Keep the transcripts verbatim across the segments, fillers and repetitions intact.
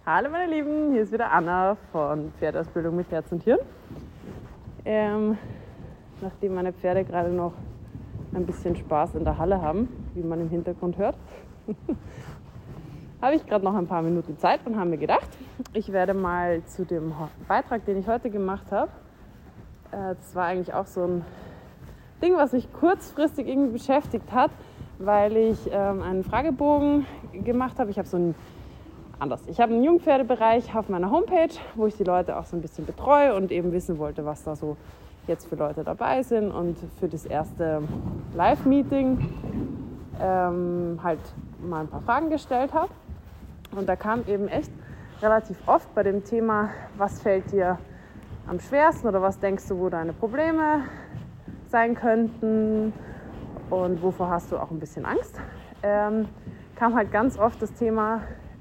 Hallo meine Lieben, hier ist wieder Anna von Pferdeausbildung mit Herz und Hirn. Ähm, nachdem meine Pferde gerade noch ein bisschen Spaß in der Halle haben, wie man im Hintergrund hört, habe ich gerade noch ein paar Minuten Zeit und habe mir gedacht, ich werde mal zu dem Beitrag, den ich heute gemacht habe, äh, das war eigentlich auch so ein Ding, was mich kurzfristig irgendwie beschäftigt hat, weil ich ähm, einen Fragebogen gemacht habe. Ich habe so einen Anders. Ich habe einen Jungpferdebereich auf meiner Homepage, wo ich die Leute auch so ein bisschen betreue und eben wissen wollte, was da so jetzt für Leute dabei sind. Und für das erste Live-Meeting ähm, halt mal ein paar Fragen gestellt habe. Und da kam eben echt relativ oft bei dem Thema, was fällt dir am schwersten oder was denkst du, wo deine Probleme sein könnten und wovor hast du auch ein bisschen Angst, ähm, kam halt ganz oft das Thema,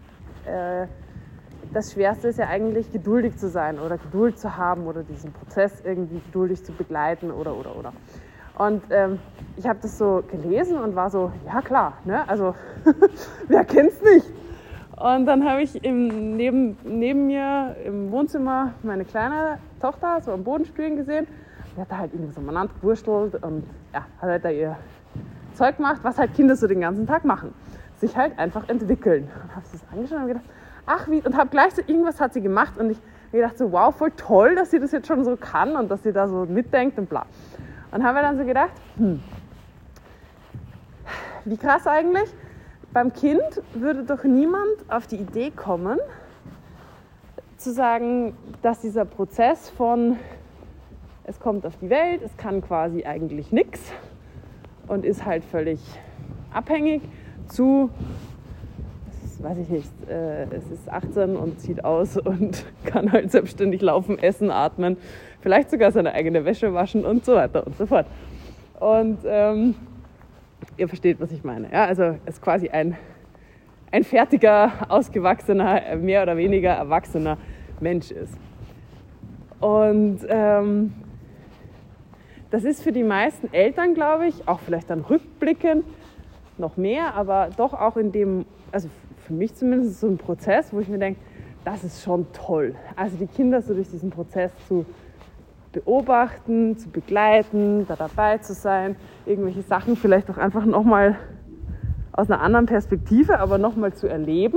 das Schwerste ist ja eigentlich, geduldig zu sein oder Geduld zu haben oder diesen Prozess irgendwie geduldig zu begleiten oder, oder, oder. Und ähm, ich habe das so gelesen und war so, ja klar, ne? Also wer kennt's nicht? Und dann habe ich im, neben, neben mir im Wohnzimmer meine kleine Tochter so am Boden spielen gesehen. Die hat da halt irgendwie so umeinander gewurstelt und ja, hat halt da ihr Zeug gemacht, was halt Kinder so den ganzen Tag machen. Sich halt einfach entwickeln. Und habe das angeschaut und gedacht, ach wie, und habe gleich so, irgendwas hat sie gemacht und ich habe gedacht so, wow, voll toll, dass sie das jetzt schon so kann und dass sie da so mitdenkt und bla. Und habe mir dann so gedacht, hm, wie krass eigentlich, beim Kind würde doch niemand auf die Idee kommen, zu sagen, dass dieser Prozess von, es kommt auf die Welt, es kann quasi eigentlich nichts und ist halt völlig abhängig, zu, ist, weiß ich nicht, äh, es ist achtzehn und zieht aus und kann halt selbstständig laufen, essen, atmen, vielleicht sogar seine eigene Wäsche waschen und so weiter und so fort. Und ähm, ihr versteht, was ich meine. Ja? Also es ist quasi ein, ein fertiger, ausgewachsener, mehr oder weniger erwachsener Mensch ist. Und ähm, das ist für die meisten Eltern, glaube ich, auch vielleicht dann rückblickend, noch mehr, aber doch auch in dem, also für mich zumindest so ein Prozess, wo ich mir denke, das ist schon toll. Also die Kinder so durch diesen Prozess zu beobachten, zu begleiten, da dabei zu sein, irgendwelche Sachen vielleicht auch einfach nochmal aus einer anderen Perspektive, aber nochmal zu erleben.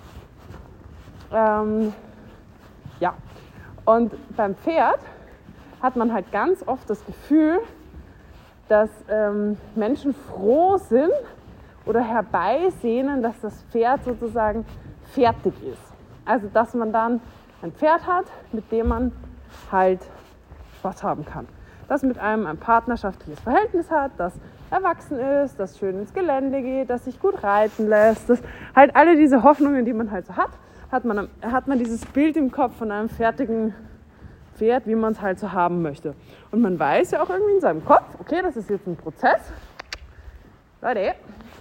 Ähm, ja, und beim Pferd hat man halt ganz oft das Gefühl, dass ähm, Menschen froh sind, oder herbeisehnen, dass das Pferd sozusagen fertig ist. Also dass man dann ein Pferd hat, mit dem man halt Spaß haben kann. Das mit einem ein partnerschaftliches Verhältnis hat, das erwachsen ist, das schön ins Gelände geht, das sich gut reiten lässt. Das, halt alle diese Hoffnungen, die man halt so hat, hat man, hat man dieses Bild im Kopf von einem fertigen Pferd, wie man es halt so haben möchte. Und man weiß ja auch irgendwie in seinem Kopf, okay, das ist jetzt ein Prozess. Leute,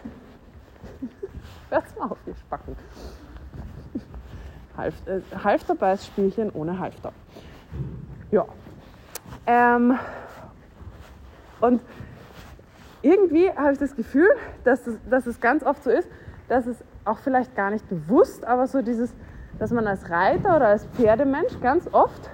hört's mal auf, ihr Spacken. Half, äh, Halfterbeißspielchen ohne Halfter. Ja. Ähm, und irgendwie habe ich das Gefühl, dass es, dass es ganz oft so ist, dass es auch vielleicht gar nicht bewusst, aber so dieses, dass man als Reiter oder als Pferdemensch ganz oft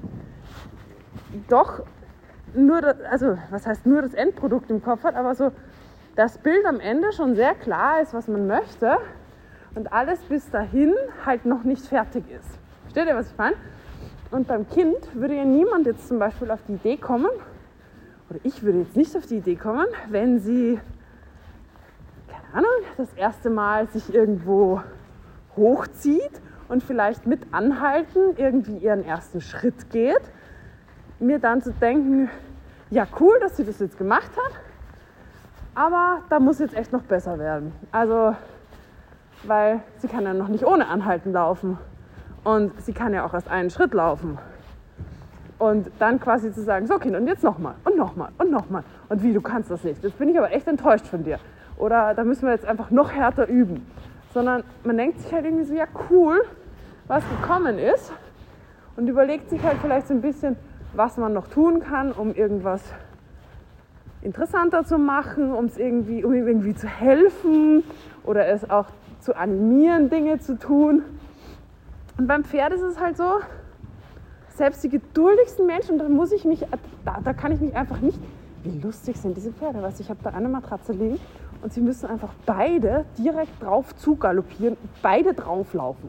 doch nur, das, also was heißt nur das Endprodukt im Kopf hat, aber so das Bild am Ende schon sehr klar ist, was man möchte und alles bis dahin halt noch nicht fertig ist. Versteht ihr, was ich meine? Und beim Kind würde ja niemand jetzt zum Beispiel auf die Idee kommen, oder ich würde jetzt nicht auf die Idee kommen, wenn sie, keine Ahnung, das erste Mal sich irgendwo hochzieht und vielleicht mit Anhalten irgendwie ihren ersten Schritt geht, mir dann zu denken, ja cool, dass sie das jetzt gemacht hat, aber da muss jetzt echt noch besser werden. Also, weil sie kann ja noch nicht ohne Anhalten laufen. Und sie kann ja auch erst einen Schritt laufen. Und dann quasi zu sagen, so Kind, und jetzt nochmal und nochmal und nochmal. Und wie, du kannst das nicht. Jetzt bin ich aber echt enttäuscht von dir. Oder da müssen wir jetzt einfach noch härter üben. Sondern man denkt sich halt irgendwie so, ja cool, was gekommen ist. Und überlegt sich halt vielleicht so ein bisschen, was man noch tun kann, um irgendwas interessanter zu machen, um es irgendwie, um ihm irgendwie zu helfen oder es auch zu animieren, Dinge zu tun. Und beim Pferd ist es halt so, selbst die geduldigsten Menschen, da muss ich mich, da, da kann ich mich einfach nicht, wie lustig sind diese Pferde, weißt du, ich habe da eine Matratze liegen und sie müssen einfach beide direkt drauf zugaloppieren, beide drauflaufen.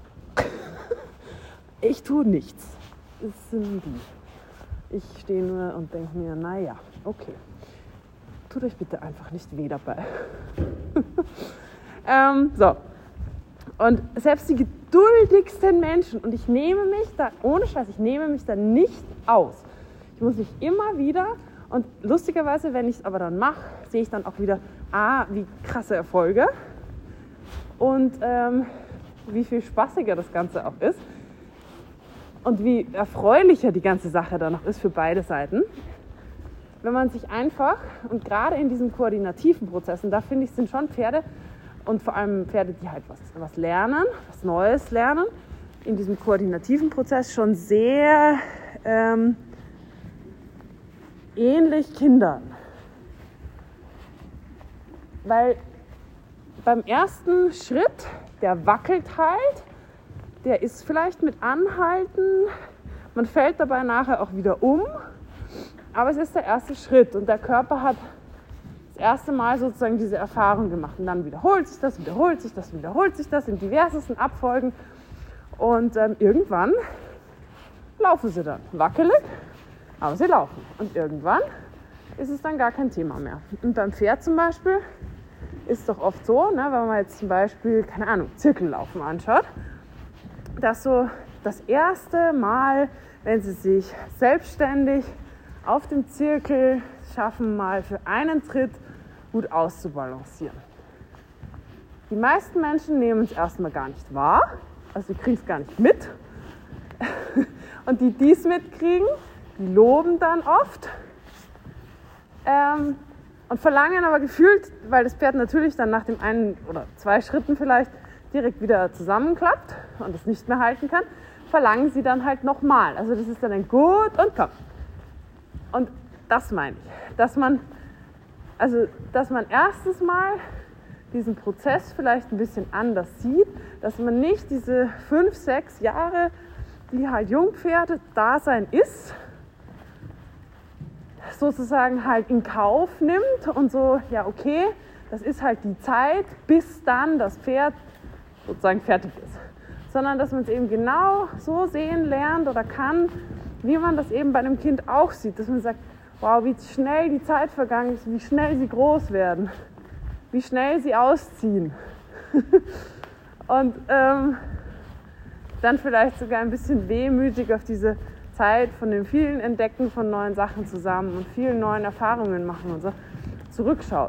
Ich tue nichts. Das sind die. Ich stehe nur und denke mir, naja, okay. Tut euch bitte einfach nicht weh dabei. ähm, so. Und selbst die geduldigsten Menschen, und ich nehme mich da, ohne Scheiß, ich nehme mich da nicht aus. Ich muss mich immer wieder, und lustigerweise, wenn ich es aber dann mache, sehe ich dann auch wieder, ah, wie krasse Erfolge und ähm, wie viel spaßiger das Ganze auch ist und wie erfreulicher die ganze Sache dann noch ist für beide Seiten. Wenn man sich einfach, und gerade in diesen koordinativen Prozessen, da finde ich, sind schon Pferde, und vor allem Pferde, die halt was, was lernen, was Neues lernen, in diesem koordinativen Prozess schon sehr ähm, ähnlich Kindern. Weil beim ersten Schritt, der wackelt halt, der ist vielleicht mit Anhalten, man fällt dabei nachher auch wieder um, aber es ist der erste Schritt und der Körper hat das erste Mal sozusagen diese Erfahrung gemacht und dann wiederholt sich das, wiederholt sich das, wiederholt sich das in diversesten Abfolgen und ähm, irgendwann laufen sie dann, wackelig, aber sie laufen und irgendwann ist es dann gar kein Thema mehr. Und beim Pferd zum Beispiel ist es doch oft so, ne, wenn man jetzt zum Beispiel, keine Ahnung, Zirkellaufen anschaut, dass so das erste Mal, wenn sie sich selbstständig auf dem Zirkel schaffen, mal für einen Tritt gut auszubalancieren. Die meisten Menschen nehmen es erstmal gar nicht wahr, also sie kriegen es gar nicht mit. Und die, die es mitkriegen, die loben dann oft ähm, und verlangen aber gefühlt, weil das Pferd natürlich dann nach dem einen oder zwei Schritten vielleicht direkt wieder zusammenklappt und es nicht mehr halten kann, verlangen sie dann halt nochmal. Also das ist dann ein Gut und komm. Und das meine ich, dass man, also, dass man erstens mal diesen Prozess vielleicht ein bisschen anders sieht, dass man nicht diese fünf, sechs Jahre, die halt Jungpferde-Dasein ist, sozusagen halt in Kauf nimmt und so, ja okay, das ist halt die Zeit, bis dann das Pferd sozusagen fertig ist. Sondern dass man es eben genau so sehen lernt oder kann, wie man das eben bei einem Kind auch sieht, dass man sagt, wow, wie schnell die Zeit vergangen ist, wie schnell sie groß werden, wie schnell sie ausziehen. Und ähm, dann vielleicht sogar ein bisschen wehmütig auf diese Zeit von den vielen Entdecken von neuen Sachen zusammen und vielen neuen Erfahrungen machen und so zurückschaut.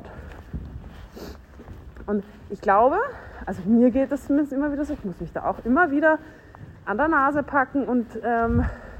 Und ich glaube, also mir geht das zumindest immer wieder so, ich muss mich da auch immer wieder an der Nase packen und ähm,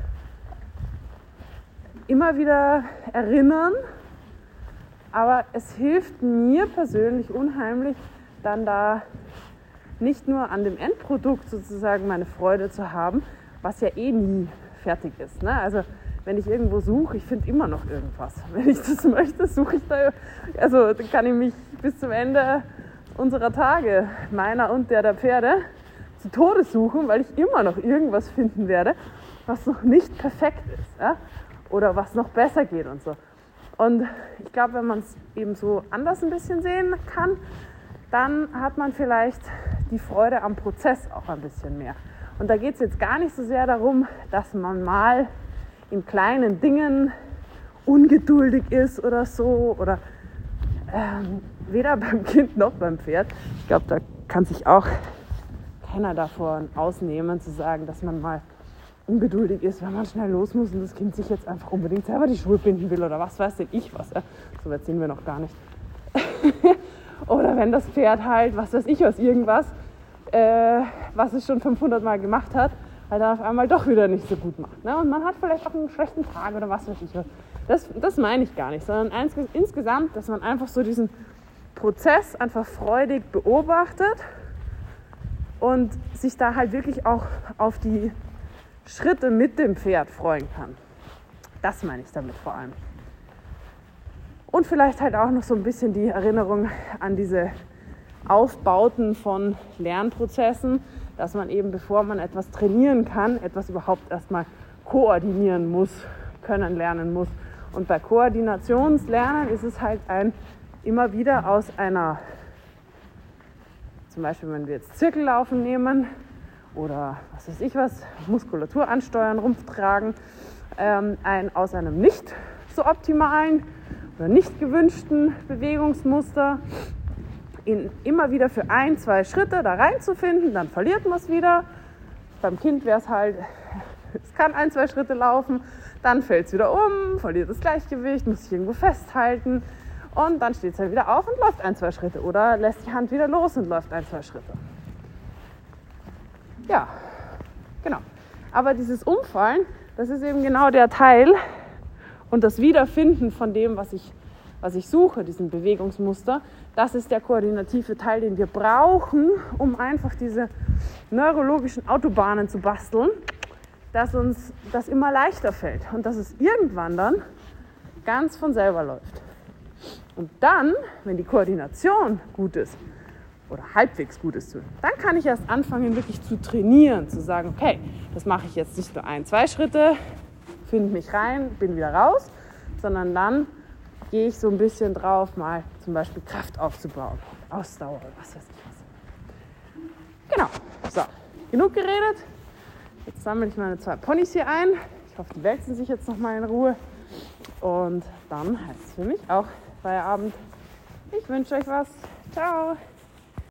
immer wieder erinnern, aber es hilft mir persönlich unheimlich, dann da nicht nur an dem Endprodukt sozusagen meine Freude zu haben, was ja eh nie fertig ist. Ne? Also wenn ich irgendwo suche, ich finde immer noch irgendwas. Wenn ich das möchte, suche ich da, also dann kann ich mich bis zum Ende unserer Tage, meiner und der der Pferde, zu Tode suchen, weil ich immer noch irgendwas finden werde, was noch nicht perfekt ist. Ja? Oder was noch besser geht und so. Und ich glaube, wenn man es eben so anders ein bisschen sehen kann, dann hat man vielleicht die Freude am Prozess auch ein bisschen mehr. Und da geht es jetzt gar nicht so sehr darum, dass man mal in kleinen Dingen ungeduldig ist oder so. Oder ähm, weder beim Kind noch beim Pferd. Ich glaube, da kann sich auch keiner davon ausnehmen, zu sagen, dass man mal ungeduldig ist, wenn man schnell los muss und das Kind sich jetzt einfach unbedingt selber die Schuhe binden will oder was weiß denn ich was. Ja? So weit sind wir noch gar nicht. Oder wenn das Pferd halt, was weiß ich aus irgendwas, äh, was es schon fünfhundert Mal gemacht hat, halt dann auf einmal doch wieder nicht so gut macht. Ne? Und man hat vielleicht auch einen schlechten Tag oder was weiß ich was. Das, das meine ich gar nicht, sondern eins, insgesamt, dass man einfach so diesen Prozess einfach freudig beobachtet und sich da halt wirklich auch auf die Schritte mit dem Pferd freuen kann. Das meine ich damit vor allem. Und vielleicht halt auch noch so ein bisschen die Erinnerung an diese Aufbauten von Lernprozessen, dass man eben, bevor man etwas trainieren kann, etwas überhaupt erstmal koordinieren muss, können lernen muss. Und bei Koordinationslernen ist es halt ein immer wieder aus einer, zum Beispiel wenn wir jetzt Zirkellaufen nehmen oder was weiß ich was, Muskulatur ansteuern, Rumpf tragen, ähm, ein, aus einem nicht so optimalen oder nicht gewünschten Bewegungsmuster in, immer wieder für ein, zwei Schritte da reinzufinden, dann verliert man es wieder. Beim Kind wäre es halt, es kann ein, zwei Schritte laufen, dann fällt es wieder um, verliert das Gleichgewicht, muss sich irgendwo festhalten und dann steht es halt wieder auf und läuft ein, zwei Schritte oder lässt die Hand wieder los und läuft ein, zwei Schritte. Ja, genau. Aber dieses Umfallen, das ist eben genau der Teil und das Wiederfinden von dem, was ich, was ich suche, diesen Bewegungsmuster, das ist der koordinative Teil, den wir brauchen, um einfach diese neurologischen Autobahnen zu basteln, dass uns das immer leichter fällt und dass es irgendwann dann ganz von selber läuft. Und dann, wenn die Koordination gut ist oder halbwegs gut ist, dann kann ich erst anfangen, wirklich zu trainieren, zu sagen, okay, das mache ich jetzt nicht nur ein, zwei Schritte, finde mich rein, bin wieder raus, sondern dann gehe ich so ein bisschen drauf, mal zum Beispiel Kraft aufzubauen, Ausdauer oder was weiß ich was. Genau, so, genug geredet. Jetzt sammle ich meine zwei Ponys hier ein. Ich hoffe, die wälzen sich jetzt noch mal in Ruhe. Und dann heißt es für mich auch Feierabend. Ich wünsche euch was. Ciao.